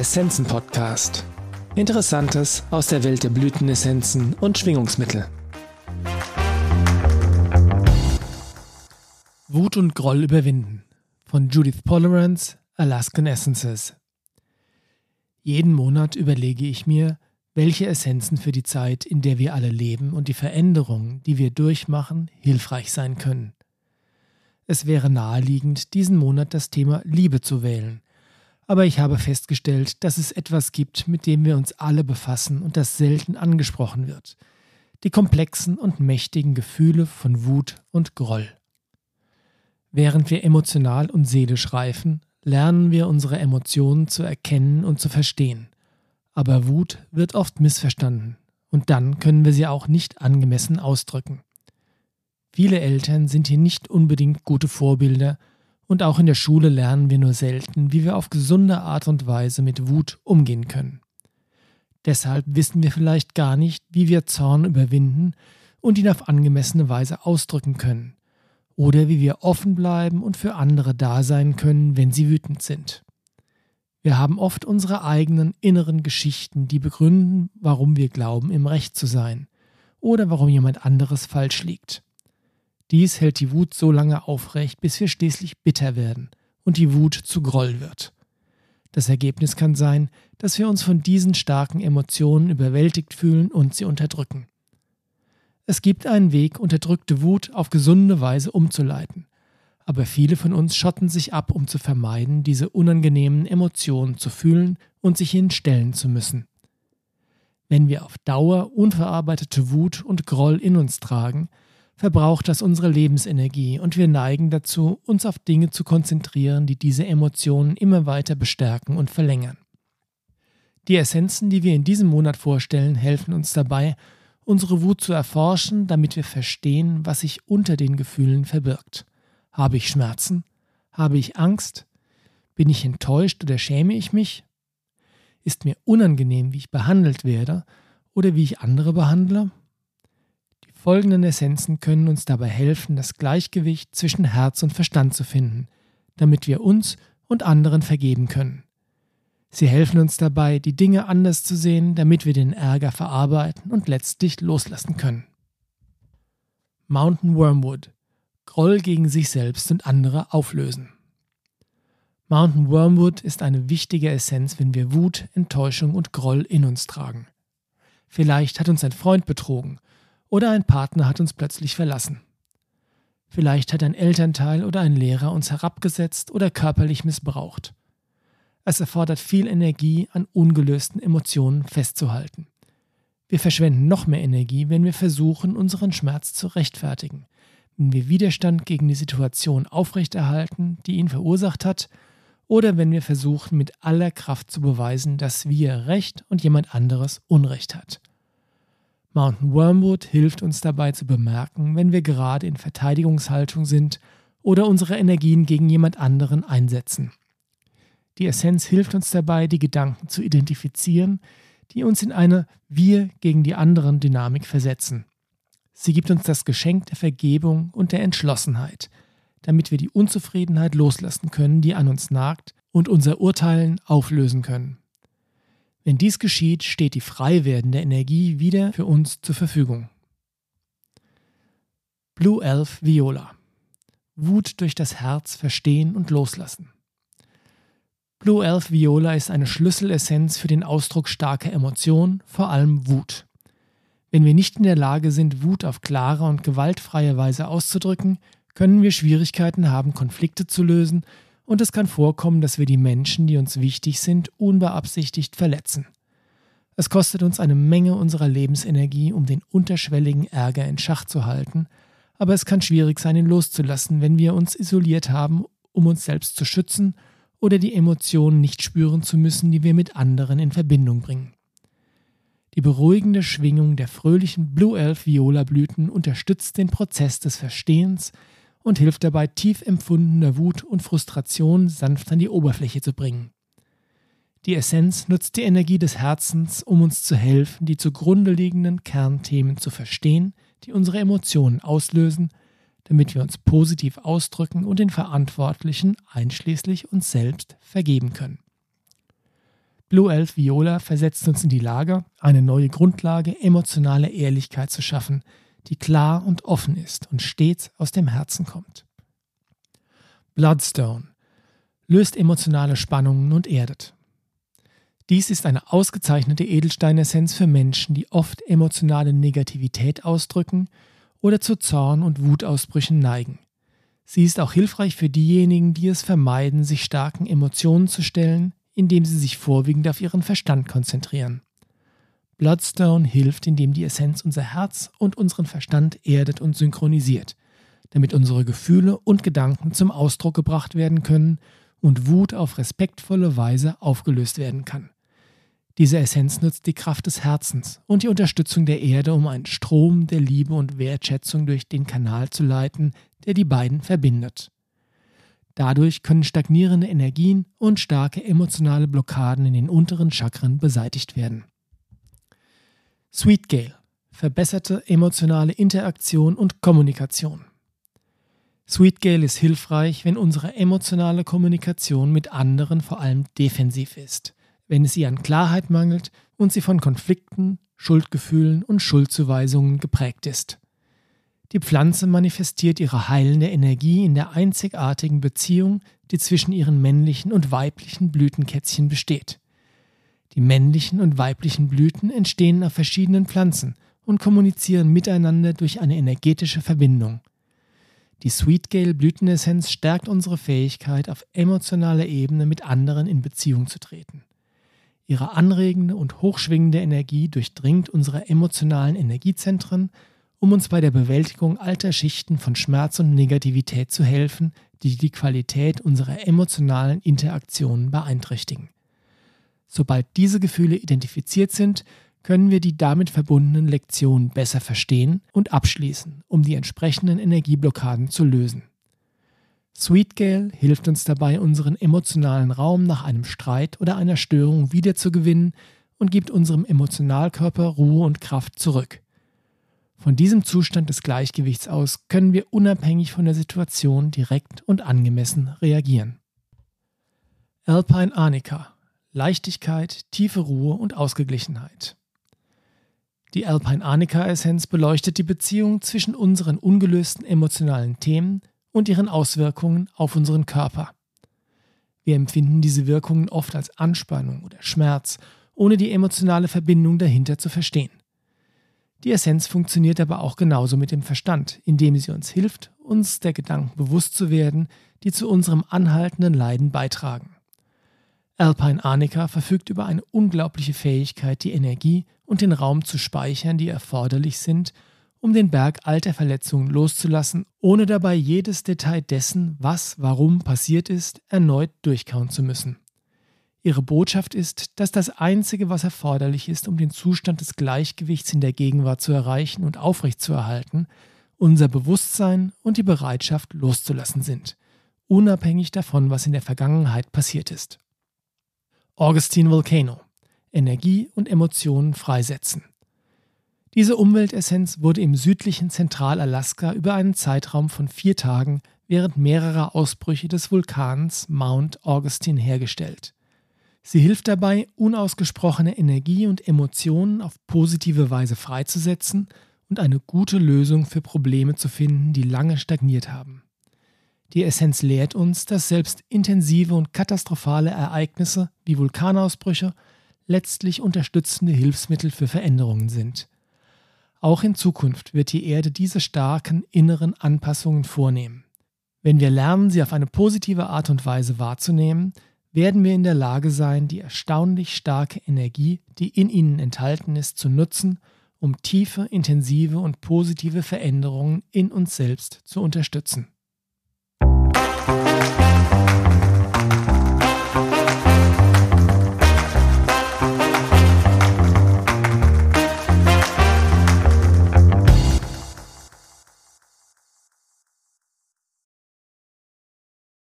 Essenzen-Podcast. Interessantes aus der Welt der Blütenessenzen und Schwingungsmittel. Wut und Groll überwinden von Judith Polerance, Alaskan Essences. Jeden Monat überlege ich mir, welche Essenzen für die Zeit, in der wir alle leben und die Veränderungen, die wir durchmachen, hilfreich sein können. Es wäre naheliegend, diesen Monat das Thema Liebe zu wählen. Aber ich habe festgestellt, dass es etwas gibt, mit dem wir uns alle befassen und das selten angesprochen wird. Die komplexen und mächtigen Gefühle von Wut und Groll. Während wir emotional und seelisch reifen, lernen wir unsere Emotionen zu erkennen und zu verstehen. Aber Wut wird oft missverstanden und dann können wir sie auch nicht angemessen ausdrücken. Viele Eltern sind hier nicht unbedingt gute Vorbilder und auch in der Schule lernen wir nur selten, wie wir auf gesunde Art und Weise mit Wut umgehen können. Deshalb wissen wir vielleicht gar nicht, wie wir Zorn überwinden und ihn auf angemessene Weise ausdrücken können. Oder wie wir offen bleiben und für andere da sein können, wenn sie wütend sind. Wir haben oft unsere eigenen inneren Geschichten, die begründen, warum wir glauben, im Recht zu sein oder warum jemand anderes falsch liegt. Dies hält die Wut so lange aufrecht, bis wir schließlich bitter werden und die Wut zu Groll wird. Das Ergebnis kann sein, dass wir uns von diesen starken Emotionen überwältigt fühlen und sie unterdrücken. Es gibt einen Weg, unterdrückte Wut auf gesunde Weise umzuleiten. Aber viele von uns schotten sich ab, um zu vermeiden, diese unangenehmen Emotionen zu fühlen und sich ihnen stellen zu müssen. Wenn wir auf Dauer unverarbeitete Wut und Groll in uns tragen, verbraucht das unsere Lebensenergie und wir neigen dazu, uns auf Dinge zu konzentrieren, die diese Emotionen immer weiter bestärken und verlängern. Die Essenzen, die wir in diesem Monat vorstellen, helfen uns dabei, unsere Wut zu erforschen, damit wir verstehen, was sich unter den Gefühlen verbirgt. Habe ich Schmerzen? Habe ich Angst? Bin ich enttäuscht oder schäme ich mich? Ist mir unangenehm, wie ich behandelt werde oder wie ich andere behandle? Die folgenden Essenzen können uns dabei helfen, das Gleichgewicht zwischen Herz und Verstand zu finden, damit wir uns und anderen vergeben können. Sie helfen uns dabei, die Dinge anders zu sehen, damit wir den Ärger verarbeiten und letztlich loslassen können. Mountain Wormwood. Groll gegen sich selbst und andere auflösen. Mountain Wormwood ist eine wichtige Essenz, wenn wir Wut, Enttäuschung und Groll in uns tragen. Vielleicht hat uns ein Freund betrogen oder ein Partner hat uns plötzlich verlassen. Vielleicht hat ein Elternteil oder ein Lehrer uns herabgesetzt oder körperlich missbraucht. Es erfordert viel Energie, an ungelösten Emotionen festzuhalten. Wir verschwenden noch mehr Energie, wenn wir versuchen, unseren Schmerz zu rechtfertigen, wenn wir Widerstand gegen die Situation aufrechterhalten, die ihn verursacht hat, oder wenn wir versuchen, mit aller Kraft zu beweisen, dass wir Recht und jemand anderes Unrecht hat. Mountain Wormwood hilft uns dabei zu bemerken, wenn wir gerade in Verteidigungshaltung sind oder unsere Energien gegen jemand anderen einsetzen. Die Essenz hilft uns dabei, die Gedanken zu identifizieren, die uns in eine Wir gegen die anderen Dynamik versetzen. Sie gibt uns das Geschenk der Vergebung und der Entschlossenheit, damit wir die Unzufriedenheit loslassen können, die an uns nagt, und unser Urteilen auflösen können. Wenn dies geschieht, steht die frei werdende Energie wieder für uns zur Verfügung. Blue Elf Viola. Wut durch das Herz verstehen und loslassen. Blue Elf Viola ist eine Schlüsselessenz für den Ausdruck starker Emotionen, vor allem Wut. Wenn wir nicht in der Lage sind, Wut auf klare und gewaltfreie Weise auszudrücken, können wir Schwierigkeiten haben, Konflikte zu lösen, und es kann vorkommen, dass wir die Menschen, die uns wichtig sind, unbeabsichtigt verletzen. Es kostet uns eine Menge unserer Lebensenergie, um den unterschwelligen Ärger in Schach zu halten, aber es kann schwierig sein, ihn loszulassen, wenn wir uns isoliert haben, um uns selbst zu schützen oder die Emotionen nicht spüren zu müssen, die wir mit anderen in Verbindung bringen. Die beruhigende Schwingung der fröhlichen Blue Elf Viola Blüten unterstützt den Prozess des Verstehens und hilft dabei, tief empfundener Wut und Frustration sanft an die Oberfläche zu bringen. Die Essenz nutzt die Energie des Herzens, um uns zu helfen, die zugrunde liegenden Kernthemen zu verstehen, die unsere Emotionen auslösen, damit wir uns positiv ausdrücken und den Verantwortlichen, einschließlich uns selbst, vergeben können. Blue Elf Viola versetzt uns in die Lage, eine neue Grundlage emotionaler Ehrlichkeit zu schaffen, die klar und offen ist und stets aus dem Herzen kommt. Bloodstone löst emotionale Spannungen und erdet. Dies ist eine ausgezeichnete Edelsteinessenz für Menschen, die oft emotionale Negativität ausdrücken oder zu Zorn- und Wutausbrüchen neigen. Sie ist auch hilfreich für diejenigen, die es vermeiden, sich starken Emotionen zu stellen, indem sie sich vorwiegend auf ihren Verstand konzentrieren. Bloodstone hilft, indem die Essenz unser Herz und unseren Verstand erdet und synchronisiert, damit unsere Gefühle und Gedanken zum Ausdruck gebracht werden können und Wut auf respektvolle Weise aufgelöst werden kann. Diese Essenz nutzt die Kraft des Herzens und die Unterstützung der Erde, um einen Strom der Liebe und Wertschätzung durch den Kanal zu leiten, der die beiden verbindet. Dadurch können stagnierende Energien und starke emotionale Blockaden in den unteren Chakren beseitigt werden. Sweet Gale – verbesserte emotionale Interaktion und Kommunikation. Sweet Gale ist hilfreich, wenn unsere emotionale Kommunikation mit anderen vor allem defensiv ist, wenn es ihr an Klarheit mangelt und sie von Konflikten, Schuldgefühlen und Schuldzuweisungen geprägt ist. Die Pflanze manifestiert ihre heilende Energie in der einzigartigen Beziehung, die zwischen ihren männlichen und weiblichen Blütenkätzchen besteht. Die männlichen und weiblichen Blüten entstehen auf verschiedenen Pflanzen und kommunizieren miteinander durch eine energetische Verbindung. Die Sweet Gale Blütenessenz stärkt unsere Fähigkeit, auf emotionaler Ebene mit anderen in Beziehung zu treten. Ihre anregende und hochschwingende Energie durchdringt unsere emotionalen Energiezentren, um uns bei der Bewältigung alter Schichten von Schmerz und Negativität zu helfen, die die Qualität unserer emotionalen Interaktionen beeinträchtigen. Sobald diese Gefühle identifiziert sind, können wir die damit verbundenen Lektionen besser verstehen und abschließen, um die entsprechenden Energieblockaden zu lösen. Sweet Gale hilft uns dabei, unseren emotionalen Raum nach einem Streit oder einer Störung wiederzugewinnen und gibt unserem Emotionalkörper Ruhe und Kraft zurück. Von diesem Zustand des Gleichgewichts aus können wir unabhängig von der Situation direkt und angemessen reagieren. Alpine Arnica – Leichtigkeit, tiefe Ruhe und Ausgeglichenheit. Die Alpine Arnica-Essenz beleuchtet die Beziehung zwischen unseren ungelösten emotionalen Themen und ihren Auswirkungen auf unseren Körper. Wir empfinden diese Wirkungen oft als Anspannung oder Schmerz, ohne die emotionale Verbindung dahinter zu verstehen. Die Essenz funktioniert aber auch genauso mit dem Verstand, indem sie uns hilft, uns der Gedanken bewusst zu werden, die zu unserem anhaltenden Leiden beitragen. Alpine Arnica verfügt über eine unglaubliche Fähigkeit, die Energie und den Raum zu speichern, die erforderlich sind, um den Berg alter Verletzungen loszulassen, ohne dabei jedes Detail dessen, was warum passiert ist, erneut durchkauen zu müssen. Ihre Botschaft ist, dass das Einzige, was erforderlich ist, um den Zustand des Gleichgewichts in der Gegenwart zu erreichen und aufrechtzuerhalten, unser Bewusstsein und die Bereitschaft loszulassen sind, unabhängig davon, was in der Vergangenheit passiert ist. Augustine Volcano – Energie und Emotionen freisetzen. Diese Umweltessenz wurde im südlichen Zentralalaska über einen Zeitraum von 4 Tagen während mehrerer Ausbrüche des Vulkans Mount Augustine hergestellt. Sie hilft dabei, unausgesprochene Energie und Emotionen auf positive Weise freizusetzen und eine gute Lösung für Probleme zu finden, die lange stagniert haben. Die Essenz lehrt uns, dass selbst intensive und katastrophale Ereignisse wie Vulkanausbrüche letztlich unterstützende Hilfsmittel für Veränderungen sind. Auch in Zukunft wird die Erde diese starken inneren Anpassungen vornehmen. Wenn wir lernen, sie auf eine positive Art und Weise wahrzunehmen, werden wir in der Lage sein, die erstaunlich starke Energie, die in ihnen enthalten ist, zu nutzen, um tiefe, intensive und positive Veränderungen in uns selbst zu unterstützen.